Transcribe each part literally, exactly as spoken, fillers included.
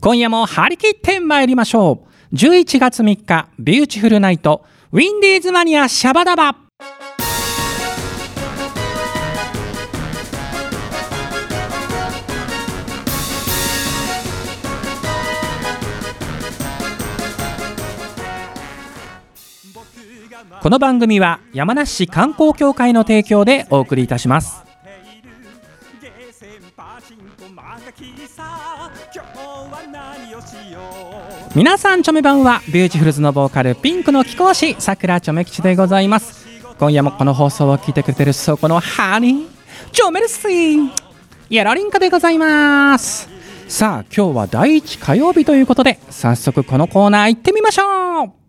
今夜も張り切って参りましょう。じゅういちがつみっか、ビューティフルナイト、ウィンディーズマニアシャバダバ。この番組は山梨市観光協会の提供でお送りいたします。皆さんチョメ版はビューティフルズのボーカルピンクの貴公子さくらちょめ吉でございます。今夜もこの放送を聞いてくれてるそこのハニーチョメルシーやらりんかでございます。さあ今日はだいいち火曜日ということで早速このコーナー行ってみましょう。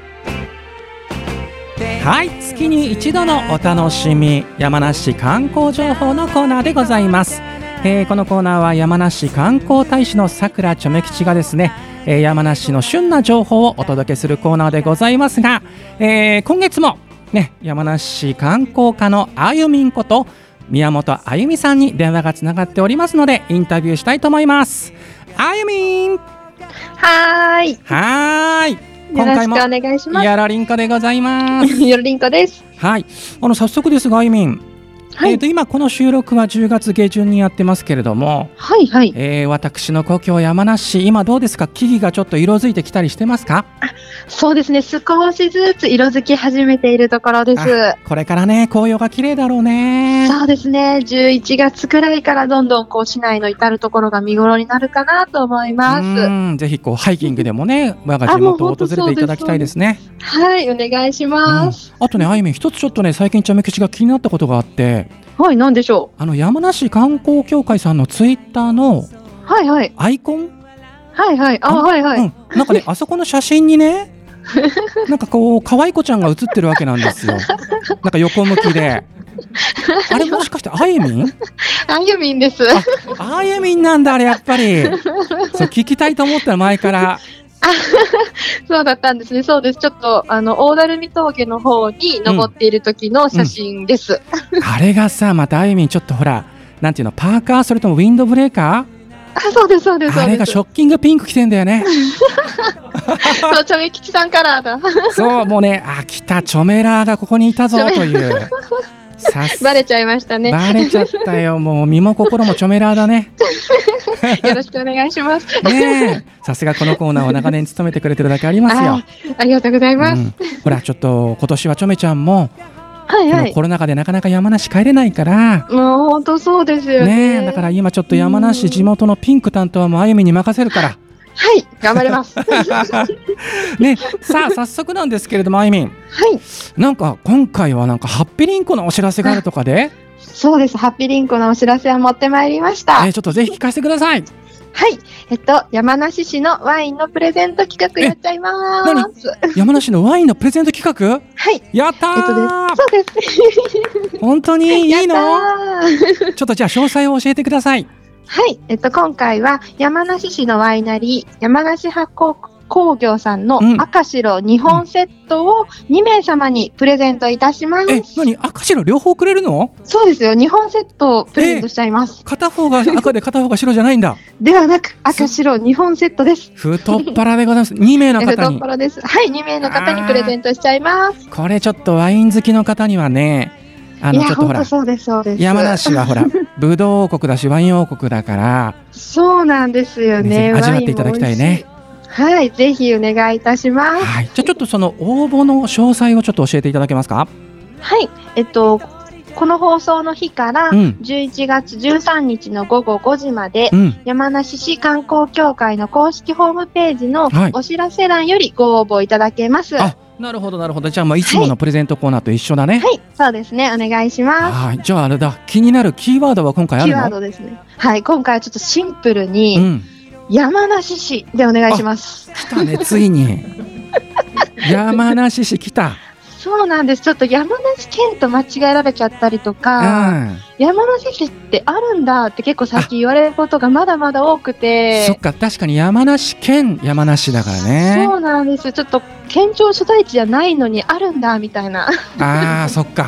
はい、月に一度のお楽しみ、山梨観光情報のコーナーでございます。えー、このコーナーは山梨観光大使のさくらちょめ吉がですね、えー、山梨の旬な情報をお届けするコーナーでございますが、えー、今月もね、山梨観光課のあゆみんこと宮本あゆみさんに電話がつながっておりますのでインタビューしたいと思います。あゆみん、 はーいはーい、 よろしくお願いします。 やらりんかでございます。 やらりんかです。 はい、あの早速ですがあゆみん、はい、えー、と今この収録はじゅうがつげじゅんにやってますけれども、 はいはい、 えー、私の故郷山梨、今どうですか？木々がちょっと色づいてきたりしてますか？ そうですね、少しずつ色づき始めているところです。 これからね、紅葉が綺麗だろうね。 そうですね、じゅういちがつくらいからどんどんこう市内の至るところが見頃になるかなと思います。 うん、ぜひこうハイキングでもね我が地元を訪れていただきたいですね。 はい、お願いします。 うん、あとね、あゆみん一つちょっとね最近ちゃめ口が気になったことがあって、 はい、何でしょう？ あの山梨観光協会さんのツイッターのはいはいアイコン、 はいはい、あ、はいはい、うん、 なんかねあそこの写真にねなんかこう可愛い子ちゃんが写ってるわけなんですよ。なんか横向きであれもしかしてあゆみん？ あゆみんです。 あ、あゆみんなんだあれやっぱり。そう聞きたいと思ったら前から。 そうだったんですね。そうです。ちょっとあの大鳴海峠の方に登っている時の写真です。 うんうん、あれがさ、またあゆみんちょっとほらなんていうの、パーカーそれともウィンドブレーカー？ あ、そうですそうです。 あれがショッキングピンク着てんだよね。 そうちょめ吉さんカラーだ。 そうもうね、あ来たチョメラーがここにいたぞという。 バレちゃいましたね。 バレちゃったよ、もう身も心もチョメラーだね。 よろしくお願いします。 ねえ、さすがこのコーナーを長年務めてくれてるだけありますよ。 あ, ありがとうございます。うん、 ほらちょっと今年はチョメちゃんも、 はいはい、このコロナ禍でなかなか山梨帰れないから、 もう本当そうですよ ね, ね。だから今ちょっと山梨地元のピンク担当はもうあゆみに任せるから。 はい、頑張ります。 ね、さあ早速なんですけれどもあゆみん、 はい、 なんか今回はなんかハッピーリンコのお知らせがあるとかで。 そうです、ハッピーリンコのお知らせを持ってまいりました。 えー、ちょっとぜひ聞かせてください。 はい、えっと山梨市のワインのプレゼント企画やっちゃいます。 山梨のワインのプレゼント企画？ はい、 やったー、 えっと、そうです。 本当にいいの？ちょっとじゃあ詳細を教えてください。 はい、えっと、今回は山梨市のワイナリー山梨発酵工業さんの赤白にほんセットをにめい様にプレゼントいたします。 え、何、赤白両方くれるの？ そうですよ、にほんセットをプレゼントしちゃいます。 片方が赤で片方が白じゃないんだ。 ではなく赤白にほんセットです。 太っ腹でございます。にめいの方に。 太っ腹です。はい、にめいの方にプレゼントしちゃいます。 これちょっとワイン好きの方にはね、あのちょっとほらそうですそうです、 山梨はほらブドウ王国だしワイン王国だから、 そうなんですよね。 味わっていただきたいね。 はい、ぜひお願いいたします。 はい、じゃあちょっとその応募の詳細をちょっと教えていただけますか？ はい、えっとこの放送の日からじゅういちがつじゅうさんにちのごごごじまで、うん、山梨市観光協会の公式ホームページのお知らせ欄よりご応募いただけます。 はい、あ、なるほどなるほど。じゃあまあいつものプレゼントコーナーと一緒だね。 はい、はい、そうですね、お願いします。 はい、じゃああれだ、気になるキーワードは今回あるの？ キーワードですね。はい、今回はちょっとシンプルに、うん、山梨市でお願いします。 来たね、ついに山梨市来た。 そうなんです。ちょっと山梨県と間違えられちゃったりとか、うん、山梨市ってあるんだって結構最近言われることがまだまだ多くて。 そっか、確かに山梨県山梨だからね。 そうなんです。ちょっと県庁所在地じゃないのにあるんだみたいな。 あーそっか。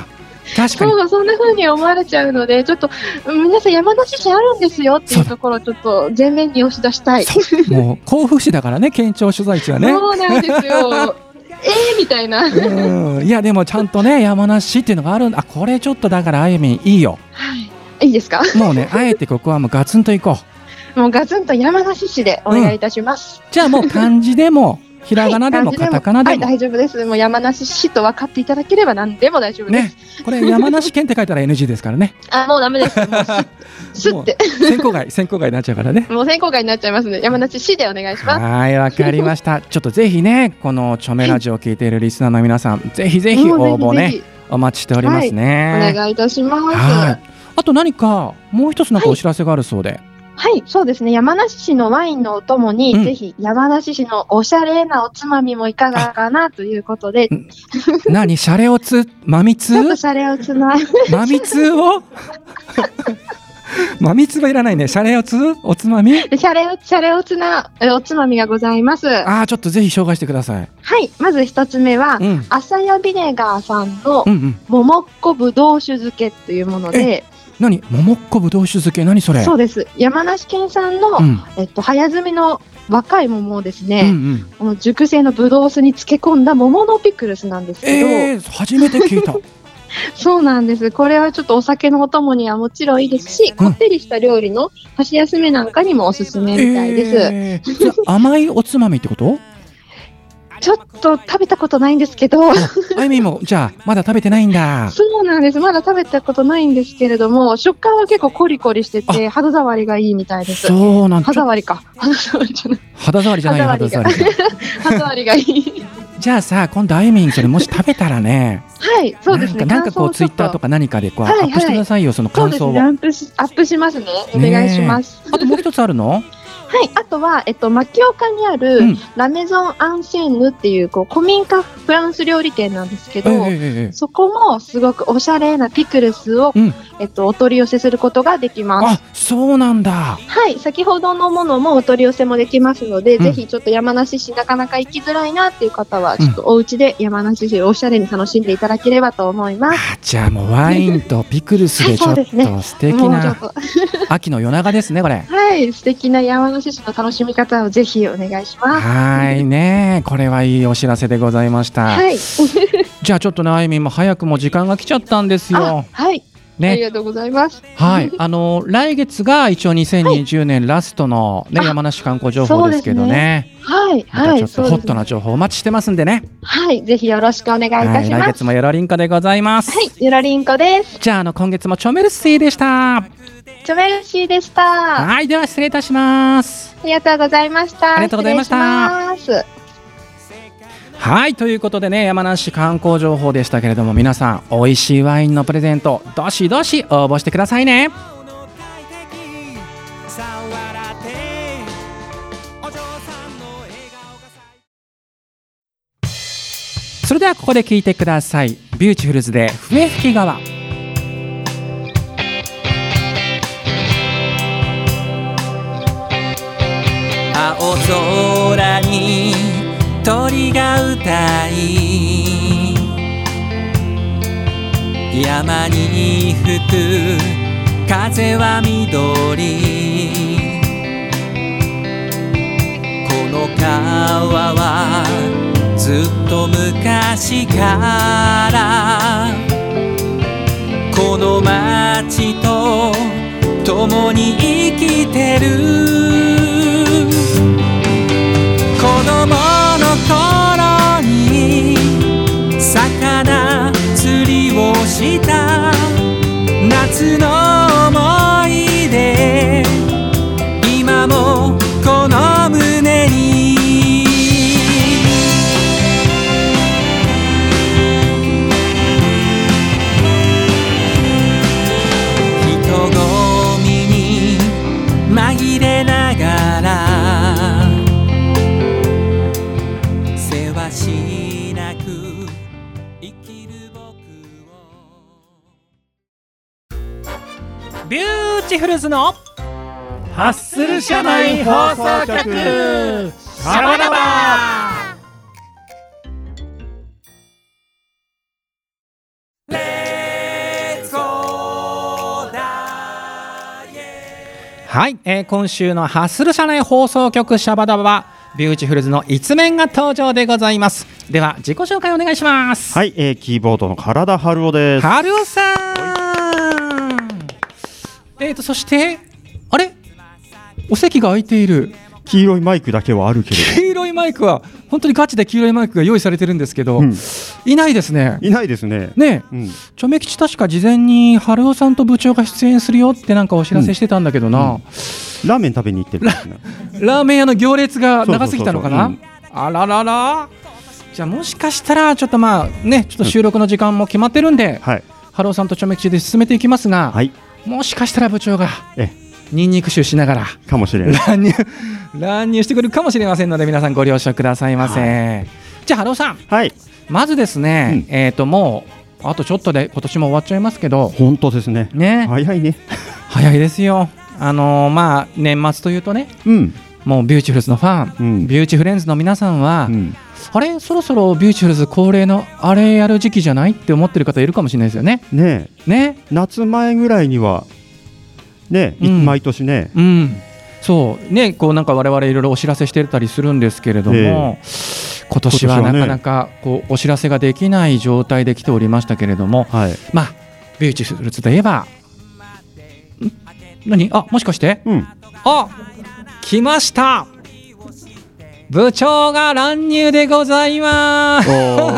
確かに。 そう、そんな風に思われちゃうので、ちょっと皆さん山梨市あるんですよっていうところをちょっと前面に押し出したい。 もう甲府市だからね、県庁所在地はね。 そうなんですよ。えーみたいな。 うん、いやでもちゃんとね山梨市っていうのがあるんだ。あ、これちょっとだからあゆみんいいよ。 はい。いいですか。 もうね、あえてここはもうガツンといこう。もうガツンと山梨市でお願いいたします。 うん、じゃあもう漢字でもひらがなでもカタカナでも、 はい、大丈夫です。もう山梨市と分かっていただければ何でも大丈夫です。 ね、これ山梨県って書いたら エヌジー ですからね。 あ、もうダメです。もうすって選考外選考外になっちゃうからね。 もう選考外になっちゃいますね。山梨市でお願いします。 はい、わかりました。ちょっとぜひね、このチョメラジオを聞いているリスナーの皆さん、はい、ぜひぜひ応募ね、ぜひぜひお待ちしておりますね。 はい、お願いいたします。 はい。あと何かもう一つなんかお知らせがあるそうで。はいはい、そうですね。山梨市のワインのお供に、うん、ぜひ山梨市のおしゃれなおつまみもいかがかなということで。 何、シャレオツ、マミツ？ ちょっとシャレオツな。 マミツを？マミツはいらないね。シャレオツおつまみ？シャレオツ、シャレオツなおつまみがございます。 ああ、ちょっとぜひ紹介してください。 はい、まず一つ目は、うん、朝屋ビネガーさんのももっこぶどう酒漬けというもので。 何、ももっこぶどう酒漬け、何それ？ そうです。山梨県産の、うん、えっと早摘みの若い桃をですね、うんうん、この熟成のぶどう酢に漬け込んだ桃のピクルスなんですけど、 えー、初めて聞いた。 そうなんです。これはちょっとお酒のお供にはもちろんいいですし、うん、こってりした料理の箸休めなんかにもおすすめみたいです。 えー、甘いおつまみってこと？ ちょっと食べたことないんですけど。 あゆみもじゃあまだ食べてないんだ。 そうなんです。まだ食べたことないんですけれども、食感は結構コリコリしてて肌触りがいいみたいです。 そうなん。 肌触りか。肌触りじゃない。 肌触りじゃない。肌触り。 肌触りがいい。 じゃあさ、今度あゆみんそれもし食べたらね。 はい、そうですね。 なんかこうツイッターとか何かでこうアップしてくださいよ、その感想を。 アップしアップしますね。お願いします。 あともう一つあるの？ はい、あとは、えっと、牧岡にある、うん、ラメゾン・アンシェンヌっていう、こう、古民家フランス料理店なんですけど、えーえー、そこもすごくおしゃれなピクルスを、うん、えっと、お取り寄せすることができます。 あ、そうなんだ。 はい、先ほどのものもお取り寄せもできますので、うん、ぜひちょっと山梨市なかなか行きづらいなっていう方は、ちょっとお家で山梨市をおしゃれに楽しんでいただければと思います。 あ、じゃあもうワインとピクルスでちょっと素敵な秋の夜長ですね、これ。 はい、素敵な山梨市の楽しみ方をぜひお願いします。 はいね、これはいいお知らせでございました。 はい。 じゃあちょっとね、あゆみんも早くも時間が来ちゃったんですよ。 はい。ね、ありがとうございます。 はい、あの来月が一応にせんにじゅうねんラストのね、はい、山梨観光情報ですけどね。 はい、 はい、またちょっとホットな情報お待ちしてますんでね。 はい、ぜひよろしくお願いいたします。 はい、来月もよろりんこでございます。 はい、よろりんこです。 じゃあ、あの今月もチョメルシーでした。 チョメルシーでした。 はい、では失礼いたします。 ありがとうございました。 ありがとうございました。はい、ということでね、山梨観光情報でしたけれども、皆さん美味しいワインのプレゼントどしどし応募してくださいね。それではここで聞いてください。ビューティフルズで笛吹川。青空に鳥が歌い、山に吹く風は緑、この川はずっと昔からこの街と共に生きてる。子供の頃に魚釣りをした夏の思い出、今もこの胸に人混みに紛れながらビューティフルズのハッスル社内放送局シャバダバ。レはい、えー、今週のハッスル社内放送局シャバダバはビューティフルズの一面が登場でございます。では自己紹介お願いします。 はい、えー、キーボードの唐田春夫です。 春夫さん、えーとそしてあれお席が空いている。 黄色いマイクだけはあるけれど、 黄色いマイクは本当にガチで黄色いマイクが用意されてるんですけど、うん、いないですね。 いないですね。 ね、うん、チョメ吉確か事前に春夫さんと部長が出演するよってなんかお知らせしてたんだけどな、うんうん、 ラーメン食べに行ってるんですね。 ラ, ラーメン屋の行列が長すぎたのかな。あららら。じゃあもしかしたらちょっとまあねちょっと収録の時間も決まってるんで、うん、はい、春夫さんとチョメ吉で進めていきますが、はい、もしかしたら部長がえニンニク臭しながらかもしれない乱入乱入してくるかもしれませんので皆さんご了承くださいませ、はい、じゃあ春尾さん、はい、まずですね、うん、えーともうあとちょっとで今年も終わっちゃいますけど、 本当ですね。 ね、 早いね。 早いですよ。あのー、まあ年末というとね、うん、もうビューティフルズのファン、うん、ビューティフレンズの皆さんは、うん、あれそろそろビューティフルズ恒例のあれやる時期じゃないって思ってる方いるかもしれないですよね。 ねえ、ね、夏前ぐらいにはね、うん、毎年ね、 うん、そうね、こうなんか我々いろいろお知らせしてたりするんですけれども、えー、今年はなかなかこうお知らせができない状態で来ておりましたけれども、はい、まあビューティフルズといえば何あもしかして、うん、あ来ました、部長が乱入でございます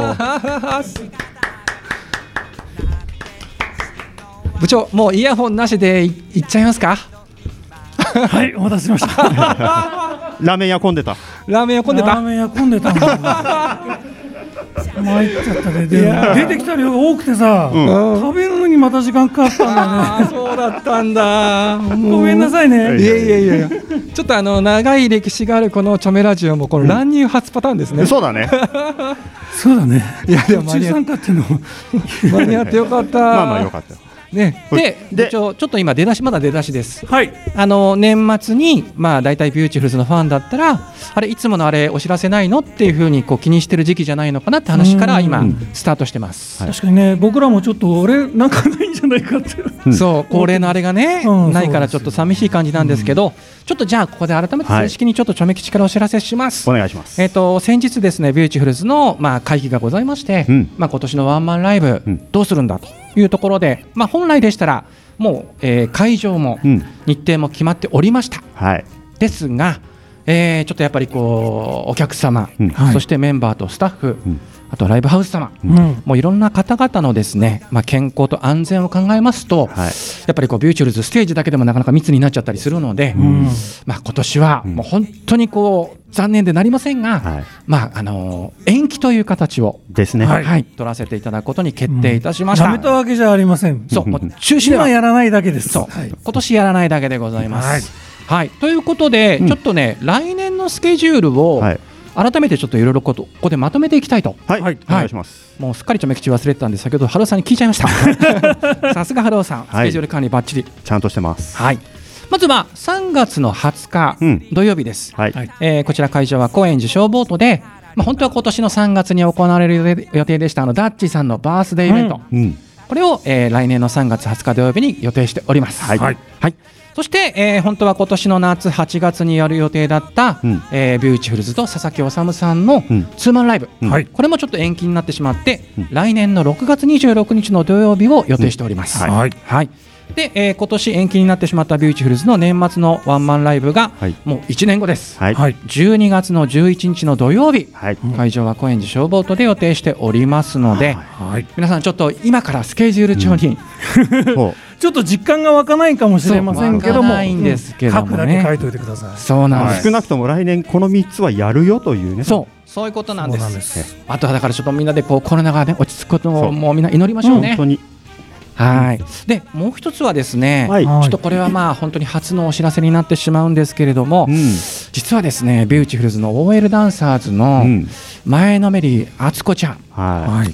部長もうイヤホンなしで い, いっちゃいますか。 はいお待たせしましたラーメン屋混んでたラーメン屋混んでたラーメン屋混んでたんだ参っちゃったね。で出てきた量が多くてさ、うん、食べるのにまた時間かかったんだね。 そうだったんだごめんなさいね。 いやいやいやいやちょっとあの長い歴史があるこのチョメラジオもこの乱入初パターンですね、 うん、そうだねそうだね。 いやでも途中参加っていうの間に合ってよかったまあまあよかったね、で部長ちょっと今出だしまだ出だしです、 はい、 あの年末にまあだいたいビューティフルズのファンだったらあれいつものあれお知らせないのっていう風にこう気にしてる時期じゃないのかなって話から今スタートしてます、 はい、確かにね僕らもちょっと俺なんかないんじゃないかって、 うん、そう恒例のあれがね、うん、ないからちょっと寂しい感じなんですけど、うん、ちょっとじゃあここで改めて正式にちょっとチョメ吉からお知らせします、 はい、お願いします。 えーと先日ですねビューティフルズのまあ会議がございまして、うんまあ、今年のワンマンライブどうするんだというところで、まあ、本来でしたらもう、えー、会場も日程も決まっておりました、うんはい、ですが、えー、ちょっとやっぱりこうお客様、うんはい、そしてメンバーとスタッフ、うん、あとライブハウス様、うん、もういろんな方々のですね、まあ、健康と安全を考えますと、はい、やっぱりこうビューティフルズステージだけでもなかなか密になっちゃったりするので、うんまあ、今年はもう本当にこう残念でなりませんが、はいまああのー、延期という形をですね、 はいはい、取らせていただくことに決定いたしました、 うん、やめたわけじゃありません。 そうもう中止では今やらないだけです。 そう、はい、今年やらないだけでございます、はいはい、ということで、うん、ちょっとね来年のスケジュールを改めてちょっといろいろここでまとめていきたいと。 はい、はい、お願いします。 もうすっかりチョメ吉忘れてたんで先ほど春尾さんに聞いちゃいましたさすが春尾さん、スケジュール管理バッチリちゃんとしてます。 はい、まずはさんがつのはつか、うん、土曜日です、はいえー、こちら会場は高円寺消防都で、まあ、本当は今年のさんがつに行われる予定でしたあのダッチさんのバースデーイベント、うんうん、これを、えー、来年のさんがつはつか土曜日に予定しております、はいはいはい、そして、えー、本当は今年の夏はちがつにやる予定だった、うんえー、ビューティフルズと佐々木修さんのツーマンライブ、うん、これもちょっと延期になってしまって、うん、来年のろくがつにじゅうろくにちの土曜日を予定しております、うん、はい、はいで、えー、今年延期になってしまったビューティフルズの年末のワンマンライブが、はい、もういちねんごです、はい、じゅうにがつのじゅういちにちの土曜日、はい、会場は高円寺消防都で予定しておりますので、はい、皆さんちょっと今からスケジュール帳に、 うん、ちょっと実感が湧かないかもしれませんけども、 ないんですけどもね、 書くだけ書いておいてください。 そうなんです、 少なくとも来年このみっつはやるよというね、 そうそういうことなんです。です、あとはだからちょっとみんなでこうコロナが、ね、落ち着くことをもうみんな祈りましょうね、うん、本当に。はい、でもう一つはですね、はい、ちょっとこれはまあ本当に初のお知らせになってしまうんですけれども、うん、実はですねビューティフルズの オーエル ダンサーズの前のめりあつこちゃん、はいはい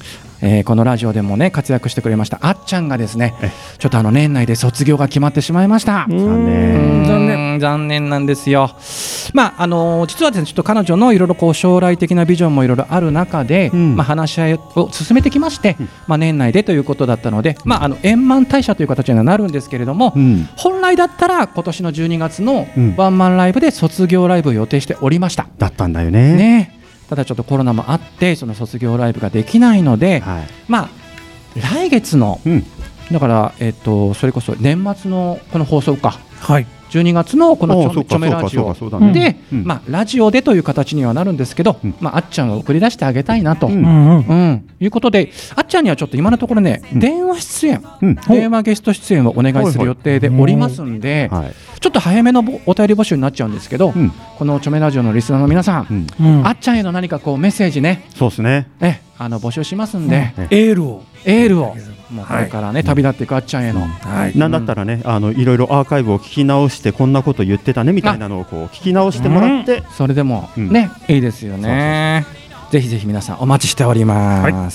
えー、このラジオでもね活躍してくれましたあっちゃんがですねちょっとあの年内で卒業が決まってしまいました。 残念残念残念なんですよ。まああのー、実はですねちょっと彼女のいろいろこう将来的なビジョンもいろいろある中で、うん、まあ、話し合いを進めてきまして、うん、まあ、年内でということだったので、まあ、あの円満退社という形にはなるんですけれども、うん、本来だったら今年のじゅうにがつのワンマンライブで卒業ライブを予定しておりました。 だったんだよね。 ね、ただちょっとコロナもあってその卒業ライブができないので、はい、まあ来月の、うん、だから、えー、とそれこそ年末のこの放送か、はい、じゅうにがつのこのちょ、ちょめラジオで、うん、まあ、ラジオでという形にはなるんですけど、うん、まあ、あっちゃんを送り出してあげたいなと、うんうんうん、いうことであっちゃんにはちょっと今のところね、うん、電話出演、うん、電話ゲスト出演をお願いする予定でおりますんで、はいはい、ちょっと早めのお便り募集になっちゃうんですけど、うん、このちょめラジオのリスナーの皆さん、うん、あっちゃんへの何かこうメッセージね、 そうですね、 えあの募集しますんで、 うん、エールをエールをもうこれからね、はい、旅立っていくあっちゃんへの、 はい、なんだったらね、あのいろいろアーカイブを聞き直してこんなこと言ってたねみたいなのをこう聞き直してもらって、うん、 それでもね、うん、いいですよね。そうそうそう、ぜひぜひ皆さんお待ちしております、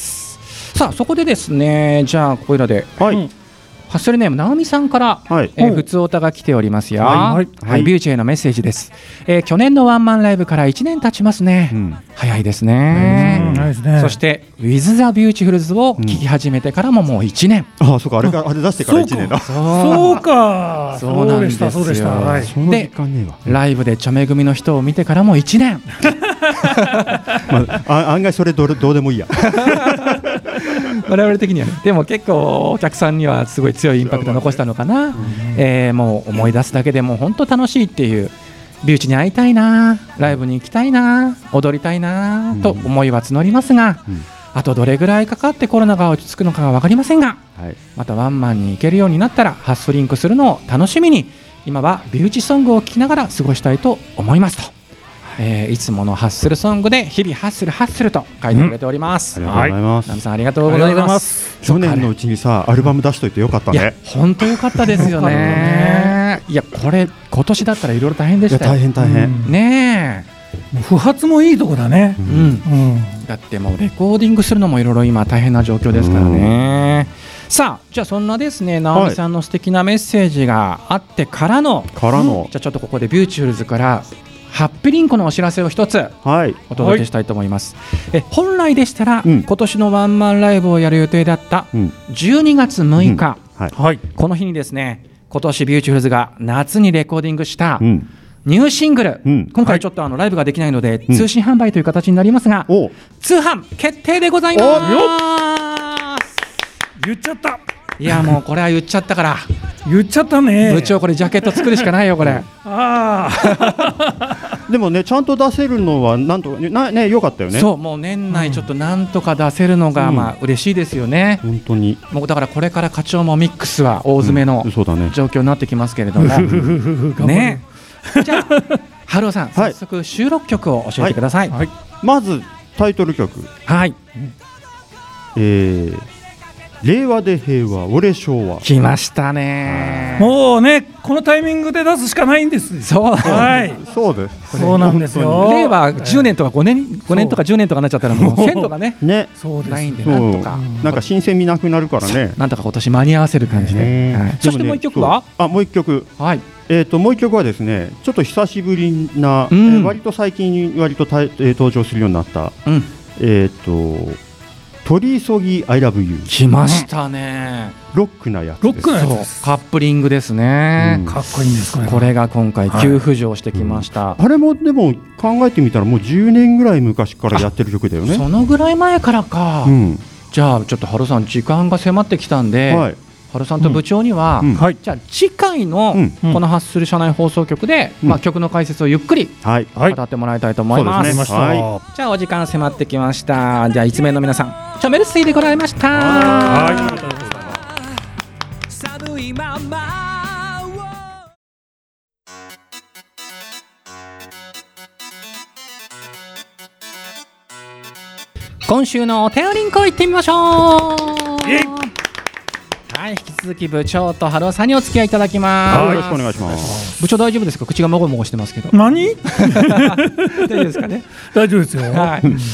はい、さあそこでですね、じゃあここらで、はい、うん、ハッスルネームなおみさんから、はい、えー、ふつおたが来ておりますよ、はいはいはい、ビューチへのメッセージです、えー、去年のワンマンライブからいちねん経ちますね、うん、早いですね、うん、ですね。そして With the Beautifuls を聴き始めてからももういちねん、 うん、ああそうか、あれがあれ出してからいちねんだ。 そうか、 そうなんですよ。 そうでした、はい、 でライブでチョメ組の人を見てからもいちねんまあ、案外それどうどうでもいいや我々的にはね。でも結構お客さんにはすごい強いインパクト残したのかな、うん、えー、もう思い出すだけでも本当楽しいっていう、ビューチに会いたいな、ライブに行きたいな、踊りたいなと思いは募りますが、うんうん、あとどれぐらいかかってコロナが落ち着くのかは分かりませんが、はい、またワンマンに行けるようになったらハッスリンクするのを楽しみに今はビューチソングを聴きながら過ごしたいと思いますと、えー、いつものハッスルソングで日々ハッスルハッスルと書いてくれております、 うん、ありがとうございます、 ナミさんありがとうございます。 去年のうちにさアルバム出しといてよかったね。いや本当よかったですよねいやこれ今年だったらいろいろ大変でしたよ。 大変大変、 うん、ねえ、もう不発もいいとこだね、うんうん、 だってもうレコーディングするのもいろいろ今大変な状況ですからね、うん、さあじゃあそんなですね直美さんの素敵なメッセージがあってからの、 からの、 うん、じゃあちょっとここでビューチュールズからハッピリンコのお知らせを一つお届けしたいと思います、はい、え本来でしたら、うん、今年のワンマンライブをやる予定だったじゅうにがつむいか、うんはいはい、この日にですね今年ビューチュールズが夏にレコーディングした、うんニューシングル、うん、今回ちょっとあのライブができないので、うん、通信販売という形になりますが、うん、通販決定でございます。 言っちゃった。 いやもうこれは言っちゃったから言っちゃったね部長、これジャケット作るしかないよこれあでもねちゃんと出せるのはなんとなね良かったよね。 そうもう年内ちょっとなんとか出せるのが、うん、まあ嬉しいですよね。 本当にもうだからこれから課長もミックスは大詰めの、うん、そうだね、状況になってきますけれどもねじゃあ春尾さん、早速収録曲を教えてください。はいはい、 まずタイトル曲、 はい、 えー、令和で平和俺昭和。 来ましたね。 もうねこのタイミングで出すしかないんです。 そう、 はい、 そうです。 そうなんですよ。 令和じゅうねんとかごねん、ごねんとかじゅうねんとかなっちゃったらもう線とかね、 ね、 そうですないんでなんとか、 なんか新鮮味なくなるからね。 なんとか今年間に合わせる感じで。はい、そしてもう一曲は？ あ、もう一曲。はい。えー、ともう一曲はですねちょっと久しぶりな、うん、えー、割と最近割とた、えー、登場するようになった、うん、えー、と取り急ぎ I love you 来ましたね。 ロックなやつです。 ロックなやつです。 カップリングですね、 うん、かっこいいんですこれ。 これが今回急浮上してきました、 はい、うん、あれもでも考えてみたらもうじゅうねんぐらい昔からやってる曲だよね。 そのぐらい前からか、うん、じゃあちょっと春さん時間が迫ってきたんで、はい、春さんと部長には、うんうん、じゃあ次回のこのハッスル社内放送局で、うん、まあ、曲の解説をゆっくり語ってもらいたいと思います。はい、じゃあお時間迫ってきました。じゃあいち名の皆さんチョメルスイで来られました。はい、ありがとうございます。寒いまま今週のお便りんこ行ってみましょう。はい、引き続き部長と春尾さんにお付き合いいただきます。 よろしくお願いします。 部長大丈夫ですか？口がもごもごしてますけど。 何？ 大丈夫ですかね？ 大丈夫ですよ。はい。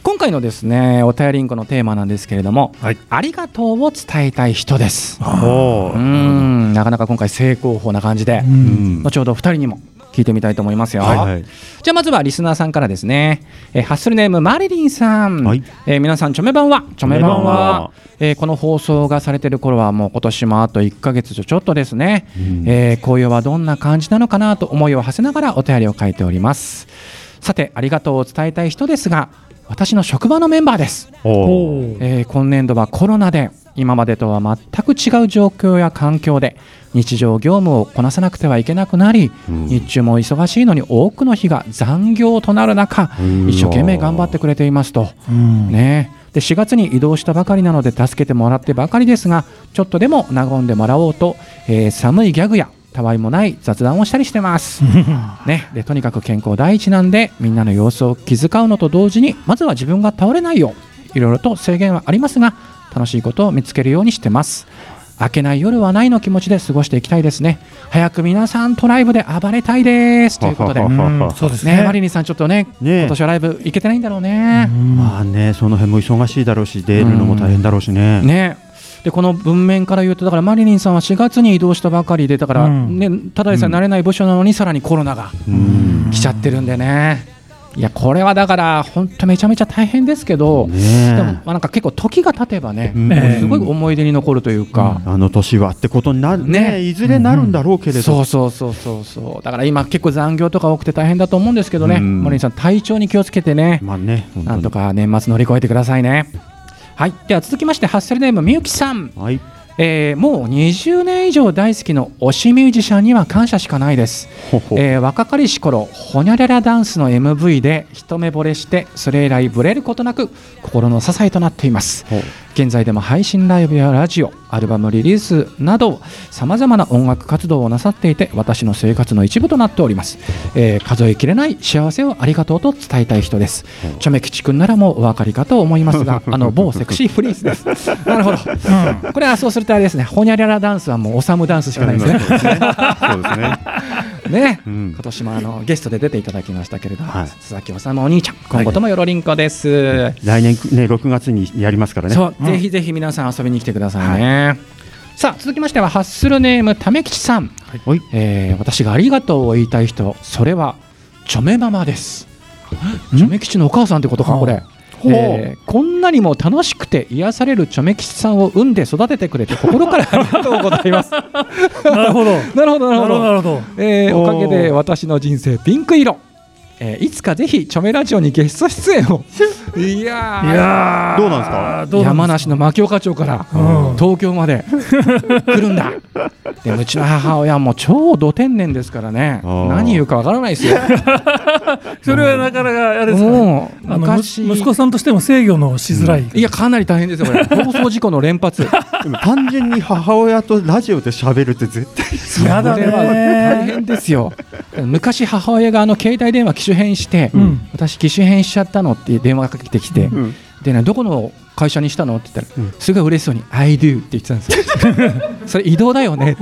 今回のですねお便りんこのテーマなんですけれども、 はい、 ありがとうを伝えたい人です。うんなかなか今回正攻法な感じで、後ほどふたりにも聞いてみたいと思いますよ。はいはい、じゃあまずはリスナーさんからですね、えー、ハッスルネームマリリンさん、はい、えー、皆さんチョメ版はチョメ版は、えー、この放送がされている頃はもう今年もあといっかげつちょっとですね、うん、えー、紅葉はどんな感じなのかなと思いを馳せながらお便りを書いております。さてありがとうを伝えたい人ですが、私の職場のメンバーです。えー、今年度はコロナで今までとは全く違う状況や環境で日常業務をこなさなくてはいけなくなり、うん、日中も忙しいのに多くの日が残業となる中、うん、一生懸命頑張ってくれていますと、うん、ね、でしがつに移動したばかりなので助けてもらってばかりですが、ちょっとでも和んでもらおうと、えー、寒いギャグやたわいもない雑談をしたりしてます、ね、でとにかく健康第一なんでみんなの様子を気遣うのと同時にまずは自分が倒れないよういろいろと制限はありますが楽しいことを見つけるようにしてます。明けない夜はないの気持ちで過ごしていきたいですね。早く皆さんとライブで暴れたいですということで、そうですね、マリニーさんちょっと ね, ね今年はライブ行けてないんだろうね。 まあね、その辺も忙しいだろうし出るのも大変だろうしね。 ねでこの文面から言うとだからマリリンさんはしがつに移動したばかりでだから、ね、ただでさえ慣れない部署なのにさらにコロナが来ちゃってるんでね。いやこれはだから本当めちゃめちゃ大変ですけど、ね、でもまあなんか結構時が経てばね、ねすごい思い出に残るというか、 うん、あの年はってことになる、ね、いずれなるんだろうけれど、 うん、そうそうそうそうそうだから今結構残業とか多くて大変だと思うんですけどね、うん、マリンさん体調に気をつけてね、まあね、なんとか年末乗り越えてくださいね。はい、では続きましてハッスルネームみゆきさん、はい、えー、もうにじゅうねん以上大好きの推しミュージシャンには感謝しかないです。ほほ、えー、若かりし頃ほにゃららダンスの エムブイ で一目惚れしてそれ以来ブレることなく心の支えとなっています。現在でも配信ライブやラジオアルバムリリースなどさまざまな音楽活動をなさっていて私の生活の一部となっております。えー、数えきれない幸せをありがとうと伝えたい人です。チョメ吉くんならもうお分かりかと思いますがあの某セクシーフリースです。なるほど、うん、これはそうするとあれですね、ほにゃららダンスはもうおさむダンスしかないですね。そうですね。ね、うん、今年もあのゲストで出ていただきましたけれども、はい、佐々木おさむお兄ちゃん今後ともよろりんこです、はい、 来年、ね、ろくがつにやりますからね。そう、 うん、ぜひぜひ皆さん遊びに来てくださいね。はい、さあ続きましてはハッスルネームためきちさん、はい、えー、私がありがとうを言いたい人、それはチョメママです。チョメ吉のお母さんってことかこれ。えー、こんなにも楽しくて癒されるチョメ吉さんを産んで育ててくれて心からありがとうございます。なるほどなるほどなるほどなるほど、えー、おかげで私の人生ピンク色、えー、いつかぜひチョメラジオにゲスト出演をいやー、いやーどうなんですか。 どうなんですか。山梨の牧岡町から、うん、東京まで来るんだ。でうちの母親も超ド天然ですからね、何言うかわからないですよ。 それはなかなかあれですか、ね、あの息子さんとしても制御のしづらい、うん、 いやかなり大変ですよこれ。放送事故の連発。 でも単純に母親とラジオで喋るって絶対やだね。大変ですよ。昔母親があの携帯電話機種変して、うん、私機種変しちゃったのって電話かけてきて、うん、でね、どこの会社にしたのって言ったら、うん、すごい嬉しそうに I do って言ってたんですよ。それ移動だよねって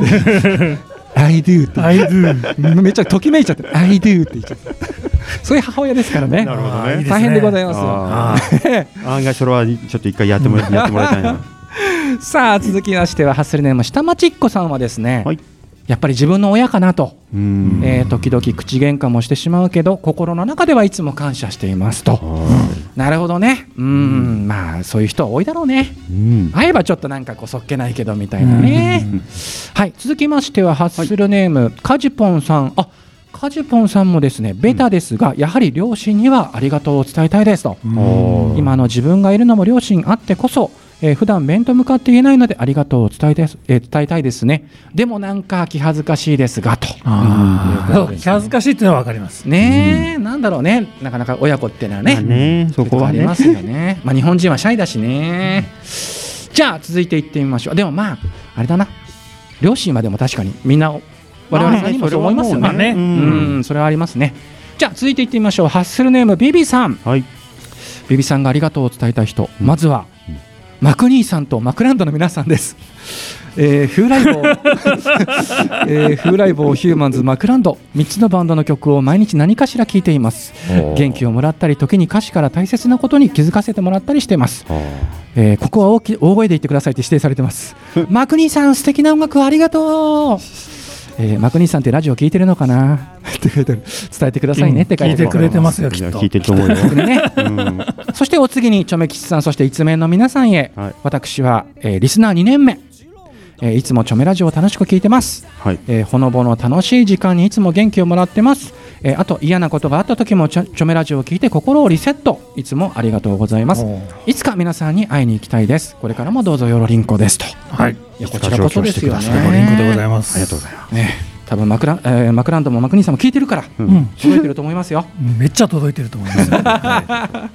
。I do って I do めっちゃときめいちゃって I do って言っちゃって。そういう母親ですからね。なるほどね。大変でございますよ。 案外それはちょっと一回やってもらやってもらいたいな。 さあ続きましてはハッスルネーム下町っ子さんはですね、はい、やっぱり自分の親かなと、うん、えー、時々口喧嘩もしてしまうけど心の中ではいつも感謝していますと。なるほどね。うん、うん、まあそういう人は多いだろうね、うん、会えばちょっとなんかこうそっけないけどみたいなね、うん、はい、続きましてはハッスルネーム、はい、カジポンさん。あ、カジポンさんもですねベタですが、うん、やはり両親にはありがとうを伝えたいですと。今の自分がいるのも両親あってこそ、えー、普段面と向かって言えないのでありがとうを伝えて、えー、伝えたいですね。でもなんか気恥ずかしいですがと。 あ、ね、気恥ずかしいっていうのは分かりますね、うん、なんだろうね、なかなか親子っていうのはね、まあ、ね、そこはねありますよね。まあ日本人はシャイだしね、うん、じゃあ続いていってみましょう。でもまああれだな、両親はでも確かにみんな我々さんにもそう思いますよね。ね、うん、うん、それはありますね。じゃあ続いていってみましょう。ハッスルネームビビさん、はい、ビビさんがありがとうを伝えたい人、うん、まずはマクニーさんとマクランドの皆さんです。えー、フーライボー、えー、フーライボー、ヒューマンズ、マクランドみっつのバンドの曲を毎日何かしら聴いています。元気をもらったり、時に歌詞から大切なことに気づかせてもらったりしています。えー、ここは大き大声で言ってくださいって指定されてます。マクニーさん、素敵な音楽ありがとう。えー、マクニーさんってラジオ聞いてるのかなって書いてある。伝えてくださいねって書いてある。 聞いてくれてますよ、きっと。 聞いてると思うよ、 ねうん、そしてお次にチョメ吉さん、そして一面の皆さんへ、はい、私は、えー、リスナーにねんめ、えー、いつもチョメラジオを楽しく聞いてます、はいえー、ほのぼの楽しい時間にいつも元気をもらってます、えー、あと嫌なことがあった時もチョ、チョメラジオを聞いて心をリセット、いつもありがとうございます。いつか皆さんに会いに行きたいです。これからもどうぞよろりんこですと、はい、いやこちらこそですよね。 よろりんこでございます。 ありがとうございます、 ね、多分マクラ、えー、マクランドもマクニーさんも聞いてるから、うん、届いてると思いますよ。 めっちゃ届いてると思います、はい、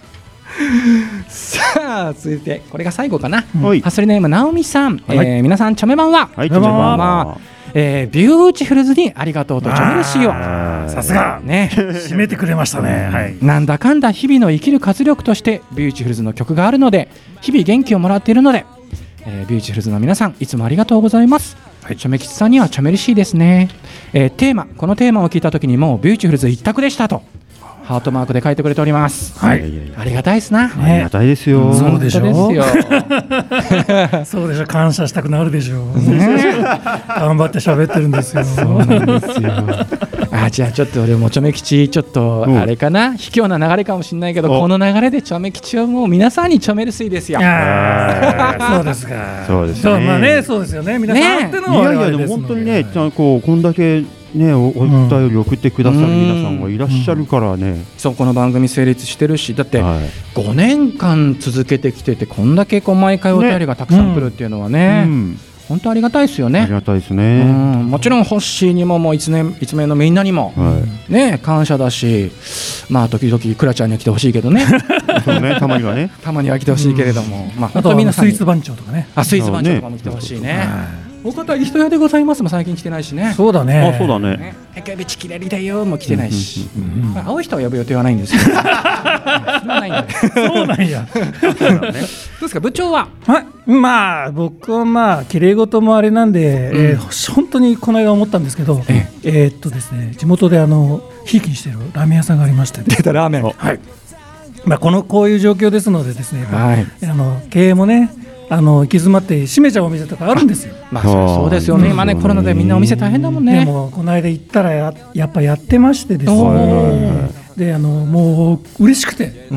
さあ続いてこれが最後かな、 うん、 ハッスルネームなおみさん、はいえー、皆さんチョメ版は、 はい、チョメ版は、 えー、ビューティフルズにありがとうとチョメルシーをさすがね締めてくれましたね、はい、 なんだかんだ日々の生きる活力としてビューティフルズの曲があるので日々元気をもらっているので、えー、ビューティフルズの皆さんいつもありがとうございます。はい、チョメ吉さんにはチョメルシーですね、えー、テーマこのテーマを聞いた時にもうビューティフルズ一択でしたとハートマークで書いてくれております。はい、ありがたいですな。 ありがたいですよ。 そうでしょ。 そうですよ。 そうでしょ。感謝したくなるでしょう。ね、頑張って喋ってるんですよ。 そうなんですよ。あ、じゃあちょっと俺もチョメ吉ちょっとあれかな、卑怯な流れかもしれないけど、この流れでチョメ吉はもう皆さんにチョメる水ですよ。 そうですか。 そうですね。 まあね、そうですよね。皆さんあってのいやいやでも本当にね、こうこんだけね、お便り送ってくださる皆さんがいらっしゃるからね、うん、 そうこの番組成立してるし、だってごねんかん続けてきててこんだけこう毎回お便りがたくさん来るっていうのはね、うん、本当ありがたいですよね。 ありがたいですね、 うん、もちろんホッシーにももう一年一面のみんなにも、はい、ね感謝だし、まあ時々クラちゃんには来てほしいけどねそうね、たまにはねたまには来てほしいけれども、 うん、まあ本当皆さんスイーツ番長とかね、 あスイーツ番長とかも来てほしいね。お方い人やでございますも最近来てないしね。 そうだね。 あ、そうだね。 へかびちきれりだよも来てないし、まあ青い人は呼ぶ予定はないんですけど。そうなんや。 そうなんや。 どうですか部長は。 はい。まあ僕はまあ綺麗事もあれなんで、えー、本当にこの間思ったんですけど、ええー、っとですね地元であのひいきにしているラーメン屋さんがありまして、 出たラーメン。 はい。まあこのこういう状況ですのでですね、はい、あの経営もね。あの行き詰まって閉めちゃうお店とかあるんですよ。 まあそうですよね。今ねコロナでみんなお店大変だもんね。 でもこの間行ったら や, やっぱやってましてですね。であのもう嬉しくて、うん、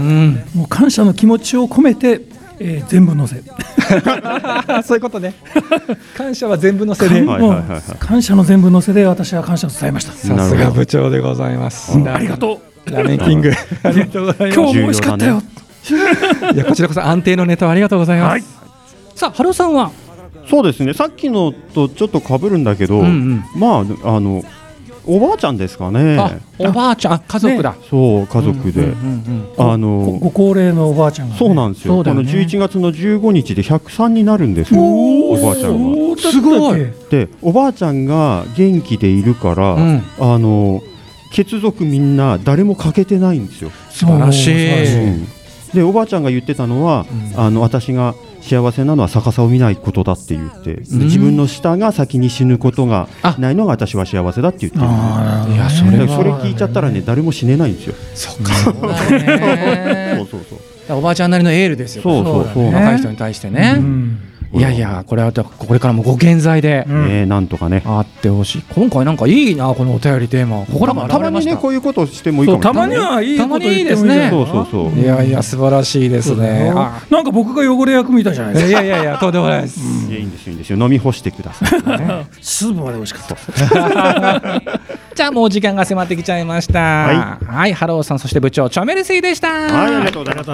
もう感謝の気持ちを込めて、えー、全部乗せ。 そういうことね。感謝は全部乗せで。 もう感謝の全部乗せで私は感謝を伝えました。 さすが部長でございます。 ありがとう。 ラーメンキング。ありがとうございます。 今日も美味しかったよ。 いやこちらこそ安定のネタをありがとうございます。はい、さあ、ハロさんはそうですね、さっきのとちょっと被るんだけど、うんうん、まああのおばあちゃんですかね。 あおばあちゃん、あ家族だ、 ね、そう家族で、あのご高齢のおばあちゃんが、ね、 そうなんですよ、ね、このじゅういちがつのじゅうごにちでひゃくさんになるんですよ、おばあちゃんが。 すごい。 でおばあちゃんが元気でいるから、うん、あの血族みんな誰も欠けてないんですよ。 素晴らしい、 うん、でおばあちゃんが言ってたのは、うん、あの私が幸せなのは逆さを見ないことだって言って、うん、自分の下が先に死ぬことがないのが私は幸せだって言ってる。 いやそれはそれ聞いちゃったらね誰も死ねないんですよ。 そっかそうそうそうおばあちゃんなりのエールですよ。 そうそうそう、 若い人に対してね、うん、いやいやこれはこれからもご健在で、 うんえー、なんとかねあってほしい。今回なんかいいなこのお便りテーマ。 た, たまにねこういうことしてもいいかも。 たまにはいいこと言ってもいいですね。 そうそうそう。 いやいや素晴らしいですね。 あなんか僕が汚れ役みたいじゃないですか。 いやいやいやとんでもないです、 うん、いやいいんですよいいんですよ飲み干してください、ね、 スープまで美味しかった。 じゃあもう時間が迫ってきちゃいました。はい、はい、ハローさんそして部長チョメルシーでした。 はいありがとうございました。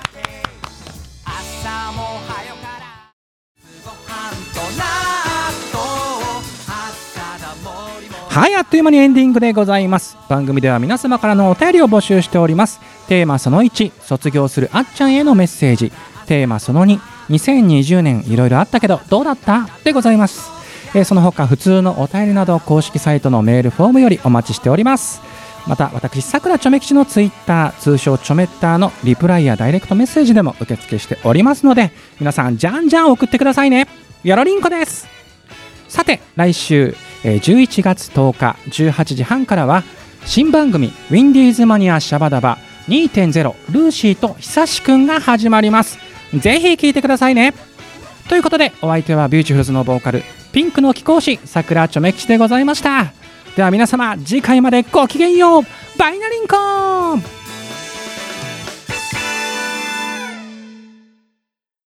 はい、あっという間にエンディングでございます。番組では皆様からのお便りを募集しております。テーマそのいち、卒業するあっちゃんへのメッセージ。テーマそのに、にせんにじゅうねんいろいろあったけどどうだったでございます。えー、その他普通のお便りなど公式サイトのメールフォームよりお待ちしております。 また私さくらちょめ吉のツイッター、通称ちょめったーのリプライやダイレクトメッセージでも受付しておりますので、皆さんじゃんじゃん送ってくださいね。よろりんこです。さて来週じゅういちがつとおかじゅうはちじはんからは新番組ウィンディーズマニアシャバダバ にてんゼロ ルーシーと久しくんが始まります。ぜひ聞いてくださいね。ということでお相手はビューティフルズのボーカルピンクの貴公子さくらちょめ吉でございました。では皆様次回までごきげんよう。バイナリンコー。